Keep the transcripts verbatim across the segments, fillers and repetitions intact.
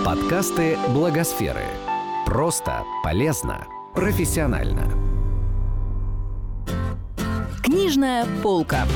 Подкасты Благосферы. Просто, полезно, профессионально. Книжная полка.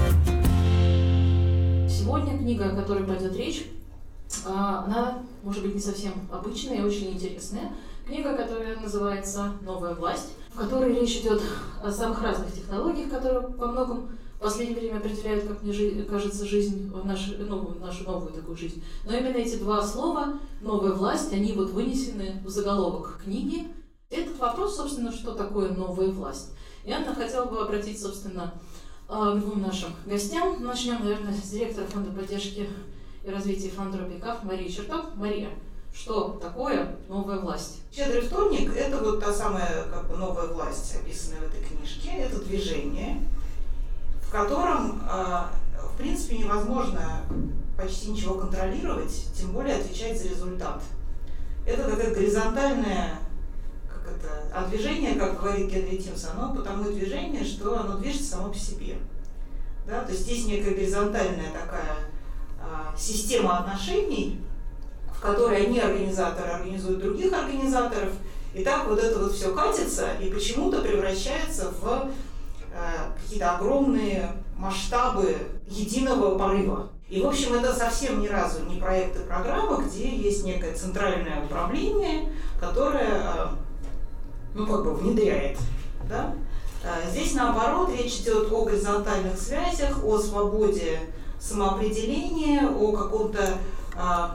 Сегодня книга, о которой пойдет речь, она, может быть, не совсем обычная и очень интересная. Книга, которая называется «Новая власть», в которой речь идет о самых разных технологиях, которые во многом в последнее время определяют, как мне жи- кажется, жизнь, в нашу, ну, нашу новую такую жизнь. Но именно эти два слова «новая власть», они вот вынесены в заголовок книги. Этот вопрос, собственно, что такое новая власть. Я хотела бы обратиться, собственно, к двум нашим гостям. Начнем, наверное, с директора фонда поддержки и развития филантропии КАФ Марии Черток. Мария, что такое новая власть? «Щедрый вторник» — это вот та самая как бы новая власть, описанная в этой книжке. Это движение, в котором, в принципе, невозможно почти ничего контролировать, тем более отвечать за результат. Это такая горизонтальная, как это, а движение, как говорит Генри Тимс, оно потому и движение, что оно движется само по себе. Да? То есть здесь некая горизонтальная такая а, система отношений, в которой одни организаторы организуют других организаторов, и так вот это вот все катится и почему-то превращается в э, какие-то огромные масштабы единого порыва. И, в общем, это совсем ни разу не проект и программа, где есть некое центральное управление, которое, э, ну, как бы внедряет, да? Э, здесь, наоборот, речь идет о горизонтальных связях, о свободе самоопределения, о каком-то э,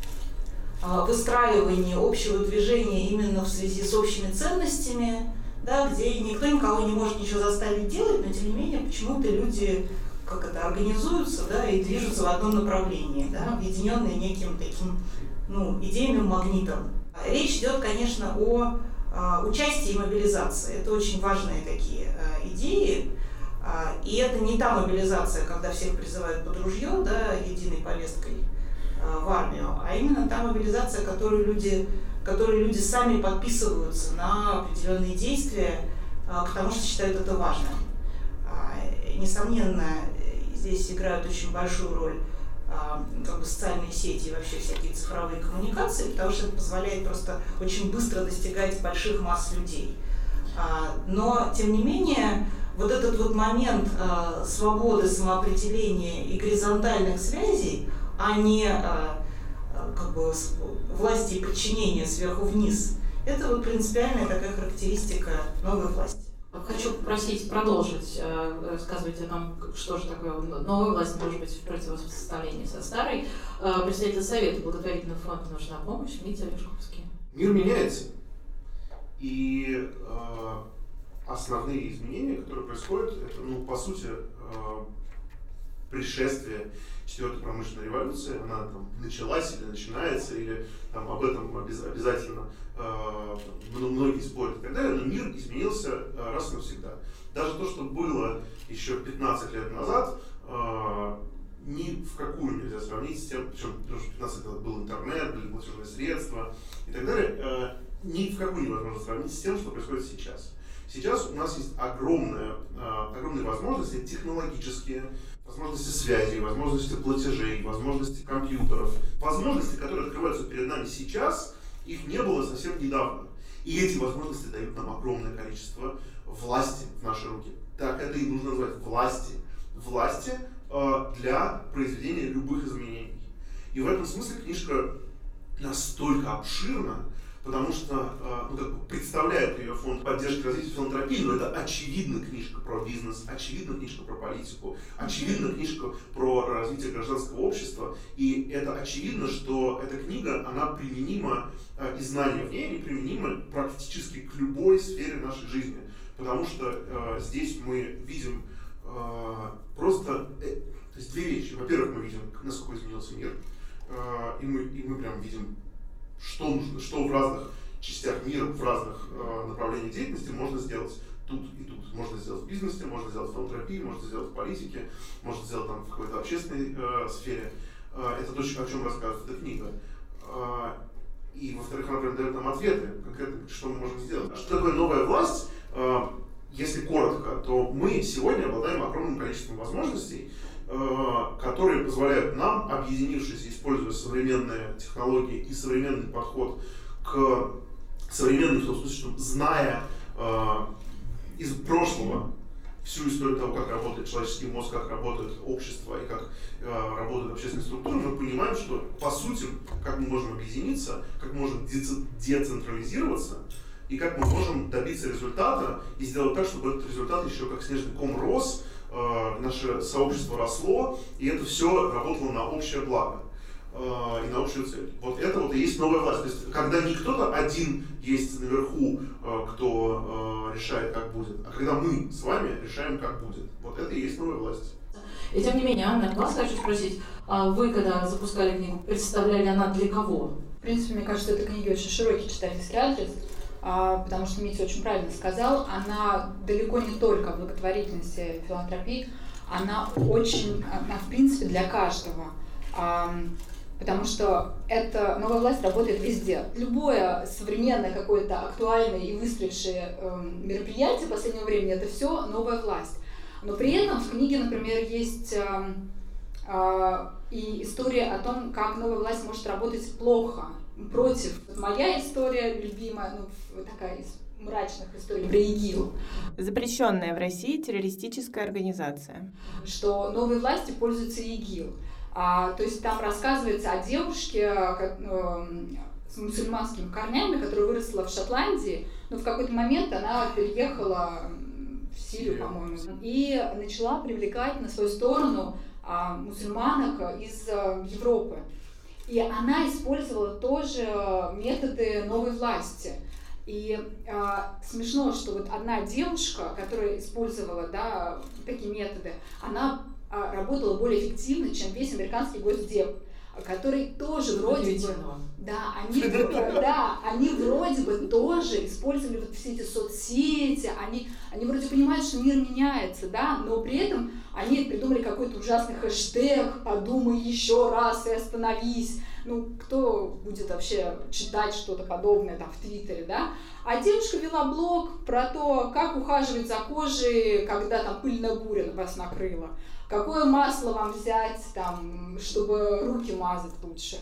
выстраивании общего движения именно в связи с общими ценностями, да, где никто никого не может ничего заставить делать, но тем не менее почему-то люди как это, организуются, да, и движутся в одном направлении, да, объединенные неким таким, ну, идейным магнитом. Речь идет, конечно, о а, участии и мобилизации. Это очень важные такие а, идеи. А, и это не та мобилизация, когда всех призывают под ружье, да, единой повесткой в армию, а именно та мобилизация, которую люди, которые люди сами подписываются на определенные действия, потому что считают это важным. Несомненно, здесь играют очень большую роль как бы социальные сети и вообще всякие цифровые коммуникации, потому что это позволяет просто очень быстро достигать больших масс людей. Но, тем не менее, вот этот вот момент свободы, самоопределения и горизонтальных связей, а не а, как бы, власти и подчинения сверху вниз. Это вот принципиальная такая характеристика новой власти. Хочу попросить продолжить э, рассказывать о том, что же такое новая власть, может быть, в противопоставлении со старой. Э, представитель Совета благотворительного фонда «Нужна помощь» Митя Олешковский. Мир меняется. И э, основные изменения, которые происходят, это, ну, по сути, э, предшествие четвертой промышленной революции, она там началась или начинается, или там об этом обез, обязательно э, многие спорят и так далее, но мир изменился э, раз и навсегда. Даже то, что было еще пятнадцать лет назад, э, ни в какую нельзя сравнить с тем, причем потому что пятнадцать лет был интернет, были платежные средства и так далее, э, ни в какую невозможно сравнить с тем, что происходит сейчас. Сейчас у нас есть огромная, э, огромные возможности технологические, возможности связи, возможности платежей, возможности компьютеров. Возможности, которые открываются перед нами сейчас, их не было совсем недавно. И эти возможности дают нам огромное количество власти в наши руки. Так это и нужно назвать власти. Власти э, для произведения любых изменений. И в этом смысле книжка настолько обширна, потому что, ну, как бы представляет ее фонд поддержки и развития филантропии, но это очевидно книжка про бизнес, очевидно книжка про политику, очевидно книжка про развитие гражданского общества, и это очевидно, что эта книга, она применима, и знания в ней, они применимы практически к любой сфере нашей жизни, потому что э, здесь мы видим э, просто, э, то есть две вещи. Во-первых, мы видим, насколько изменился мир, э, и, мы, и мы прям видим, что нужно, что в разных частях мира, в разных э, направлениях деятельности можно сделать тут и тут. Можно сделать в бизнесе, можно сделать в филантропии, можно сделать в политике, можно сделать там в какой-то общественной э, сфере. Э, это то, о чем рассказывает эта книга. Э, и, во-вторых, она прям дает нам ответы, конкретно, что мы можем сделать. Что такое новая власть? Э, если коротко, то мы сегодня обладаем огромным количеством возможностей, которые позволяют нам, объединившись, используя современные технологии и современный подход к современным, в том смысле, что зная из прошлого всю историю того, как работает человеческий мозг, как работает общество и как э, работают общественные структуры, мы понимаем, что по сути, как мы можем объединиться, как мы можем децентрализироваться и как мы можем добиться результата и сделать так, чтобы этот результат еще как снежный ком рос, э, наше сообщество росло, и это все работало на общее благо э, и на общую цель. Вот это вот и есть новая власть. То есть, когда не кто-то один есть наверху, э, кто э, решает, как будет, а когда мы с вами решаем, как будет. Вот это и есть новая власть. И тем не менее, Анна, вас хочу спросить, а вы, когда запускали книгу, представляли она для кого? В принципе, мне кажется, этой книги очень широкий читательский адрес, потому что Митя очень правильно сказал, она далеко не только о благотворительности, филантропии, она очень, она в принципе для каждого. Потому что эта новая власть работает везде. Любое современное какое-то актуальное и выстроившее э, мероприятие последнего времени – это все новая власть. Но при этом в книге, например, есть э, э, и история о том, как новая власть может работать плохо, против. Моя история любимая, ну, такая из мрачных историй про ИГИЛ. Запрещенная в России террористическая организация. Что новой властью пользуется ИГИЛ. А, то есть там рассказывается о девушке как, э, с мусульманскими корнями, которая выросла в Шотландии, но в какой-то момент она переехала в Сирию, по-моему, и начала привлекать на свою сторону а, мусульманок из а, Европы. И она использовала тоже методы новой власти. И а, смешно, что вот одна девушка, которая использовала, да, такие методы, она работала более эффективно, чем весь американский госдеп, который тоже вроде бы, да, они, да, они вроде бы тоже использовали вот все эти соцсети, они, они вроде понимают, что мир меняется, да, но при этом они придумали какой-то ужасный хэштег «Подумай еще раз и остановись». Ну, кто будет вообще читать что-то подобное там в Твиттере, да? А девушка вела блог про то, как ухаживать за кожей, когда там пыльная буря вас накрыла. Какое масло вам взять, там, чтобы руки мазать лучше.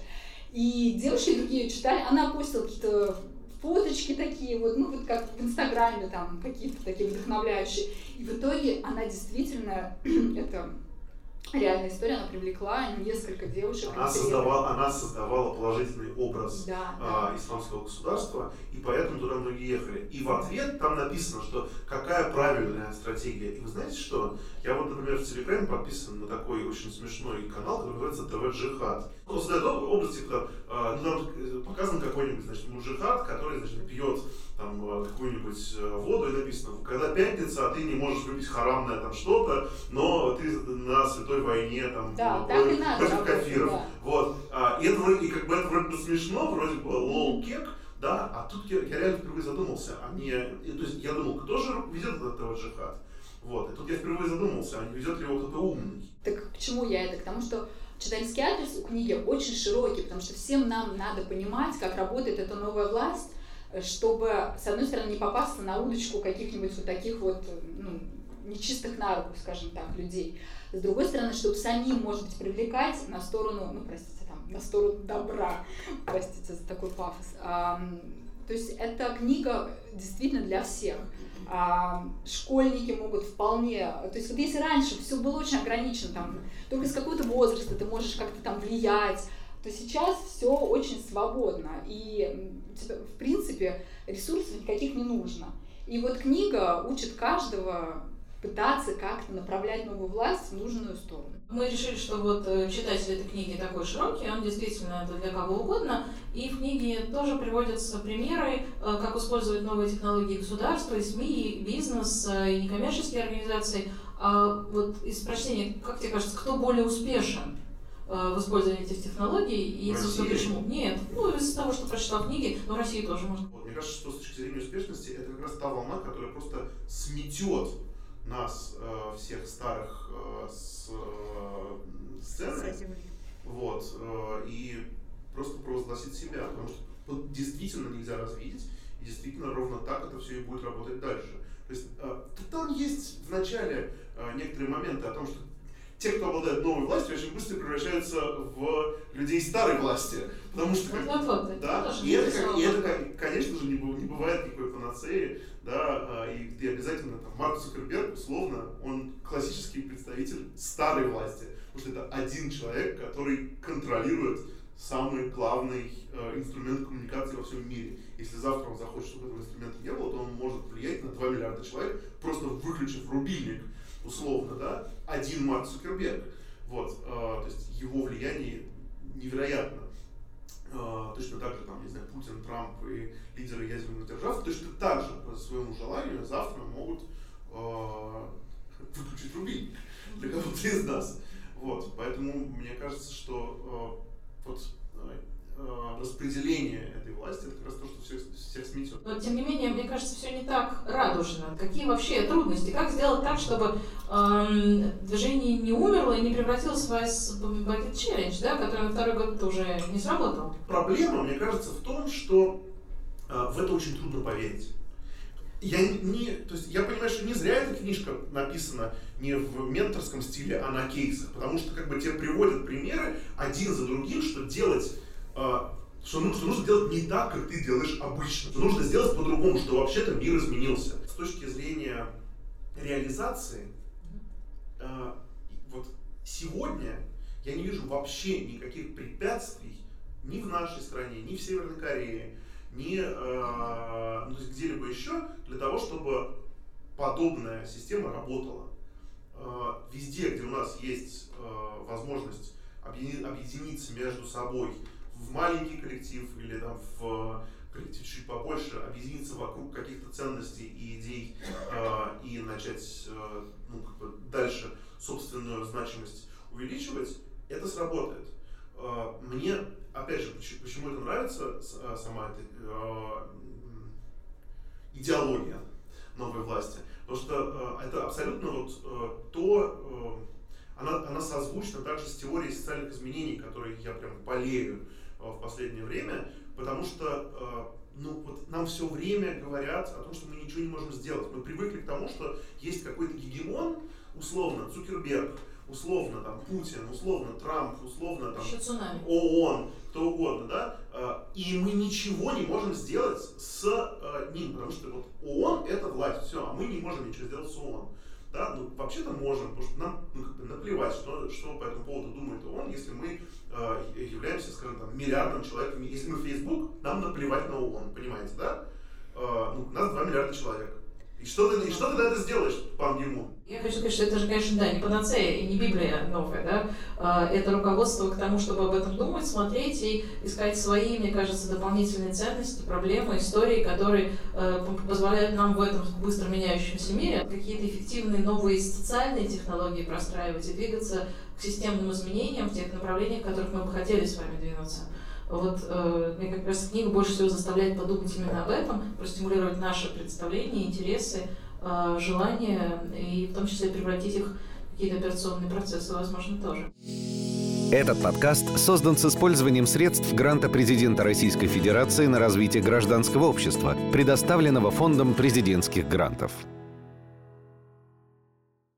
И девушки другие читали, она постила какие-то фоточки такие, вот, ну вот как в Инстаграме, там, какие-то такие вдохновляющие. И в итоге она действительно, это реальная история, она привлекла несколько девушек. Она создавала, она создавала положительный образ да, а, да. исламского государства, и поэтому туда многие ехали. И в ответ там написано, что какая правильная стратегия. И вы знаете что? Я вот, например, в Телеграме подписан на такой очень смешной канал, который называется ТВ Джихад. Он создает образ, типа, ну, там показан какой-нибудь, значит, муджихад, который, значит, пьет там какую-нибудь воду, и написано, когда пятница, а ты не можешь выпить харамное там что-то, но ты на святой войне там, да, вот, против, против кафиров. Да. Вот. А, и это вроде, и как бы это вроде бы смешно, вроде бы лоу-кек, да, а тут я, я реально впервые задумался, а не, и, то есть я думал, кто же ведет этот джихад? Вот. И тут я впервые задумался, а не ведет ли его кто-то умный. Так к чему я это? К тому, что читательский адрес у книги очень широкий, потому что всем нам надо понимать, как работает эта новая власть, чтобы, с одной стороны, не попасться на удочку каких-нибудь вот таких вот, ну, нечистых на руку, скажем так, людей. С другой стороны, чтобы самим, может быть, привлекать на сторону, ну, простите, там, на сторону добра, простите за такой пафос. А, то есть эта книга действительно для всех. А, школьники могут вполне, то есть вот если раньше все было очень ограничено, там, только с какого-то возраста ты можешь как-то там влиять, то сейчас все очень свободно, и тебе, в принципе, ресурсов никаких не нужно. И вот книга учит каждого пытаться как-то направлять новую власть в нужную сторону. Мы решили, что вот читатель этой книги такой широкий, он действительно это для кого угодно, и в книге тоже приводятся примеры, как использовать новые технологии государства, и СМИ, и бизнес, и некоммерческие организации. А вот из прочтения, как тебе кажется, кто более успешен в использовании этих технологий, и, собственно, почему? Нет, ну, из того, что прочитал книги, но в России тоже можно. Вот, мне кажется, что с точки зрения успешности, это как раз та волна, которая просто сметет нас, э, всех старых, э, с э, сцены, вот, э, и просто провозгласит себя, потому что вот, действительно нельзя развидеть, и действительно ровно так это все и будет работать дальше. То есть э, там есть в начале э, некоторые моменты о том, что те, кто обладает новой властью, очень быстро превращаются в людей старой власти. Потому что, вот, вот, вот, да, и это, и это, конечно же, не бывает никакой панацеи, да, и ты обязательно, там, Марк Цукерберг, условно, он классический представитель старой власти, потому что это один человек, который контролирует самый главный э, инструмент коммуникации во всем мире. Если завтра он захочет, чтобы этого инструмента не было, то он может влиять на два миллиарда человек, просто выключив рубильник, условно, да, один Марк Цукерберг. Вот, э, то есть его влияние невероятно. Э, точно так же, там, не знаю, Путин, Трамп и лидеры ядерных держав точно так же по своему желанию завтра могут э, выключить рубильник для кого-то из нас. Вот, поэтому мне кажется, что э, вот э, распределение этой власти — это как раз то, что всех, всех сметет. Но тем не менее, мне кажется, все не так радужно. Какие вообще трудности? Как сделать так, чтобы э, движение не умерло и не превратилось в этот челлендж, да, который на второй год уже не сработал? Проблема, мне кажется, в том, что э, в это очень трудно поверить. Я не, то есть я понимаю, что не зря эта книжка написана не в менторском стиле, а на кейсах, потому что как бы тебе приводят примеры один за другим, что делать, э, что, ну, что нужно делать не так, как ты делаешь обычно, что нужно сделать по-другому, что вообще-то мир изменился. С точки зрения реализации, э, вот сегодня я не вижу вообще никаких препятствий ни в нашей стране, ни в Северной Корее, ни э, ну, то есть где-либо еще, для того, чтобы подобная система работала. Э, везде, где у нас есть э, возможность объедини- объединиться между собой в маленький коллектив или там, в коллектив чуть побольше, объединиться вокруг каких-то ценностей и идей э, и начать э, ну, как бы дальше собственную значимость увеличивать, это сработает. Э, мне Опять же, почему это нравится, сама эта э, идеология новой власти? Потому что э, это абсолютно вот э, то, э, она, она созвучна также с теорией социальных изменений, которые я прям болею э, в последнее время, потому что э, ну, вот нам все время говорят о том, что мы ничего не можем сделать. Мы привыкли к тому, что есть какой-то гегемон, условно, Цукерберг, условно там Путин, условно Трамп, условно там ООН, кто угодно, да, и мы ничего не можем сделать с ним, потому что вот ООН — это власть, все, а мы не можем ничего сделать с ООН. Да, ну, вообще-то можем, потому что нам ну, как бы наплевать, что, что по этому поводу думает ООН, если мы э, являемся, скажем, там, миллиардом человек. Если мы Facebook, нам наплевать на ООН, понимаете, да? Э, ну, у нас два миллиарда человек. И что ты, и что ты на это сделаешь, Пан Ги Мун? Я хочу сказать, что это же, конечно, да, не панацея и не Библия новая, да. Это руководство к тому, чтобы об этом думать, смотреть и искать свои, мне кажется, дополнительные ценности, проблемы, истории, которые позволяют нам в этом быстро меняющемся мире какие-то эффективные новые социальные технологии простраивать и двигаться к системным изменениям в тех направлениях, в которых мы бы хотели с вами двинуться. Вот э, мне как раз книга больше всего заставляет подумать именно об этом, простимулировать наши представления, интересы, э, желания, и в том числе превратить их в какие-то операционные процессы, возможно, тоже. Этот подкаст создан с использованием средств гранта президента Российской Федерации на развитие гражданского общества, предоставленного Фондом президентских грантов.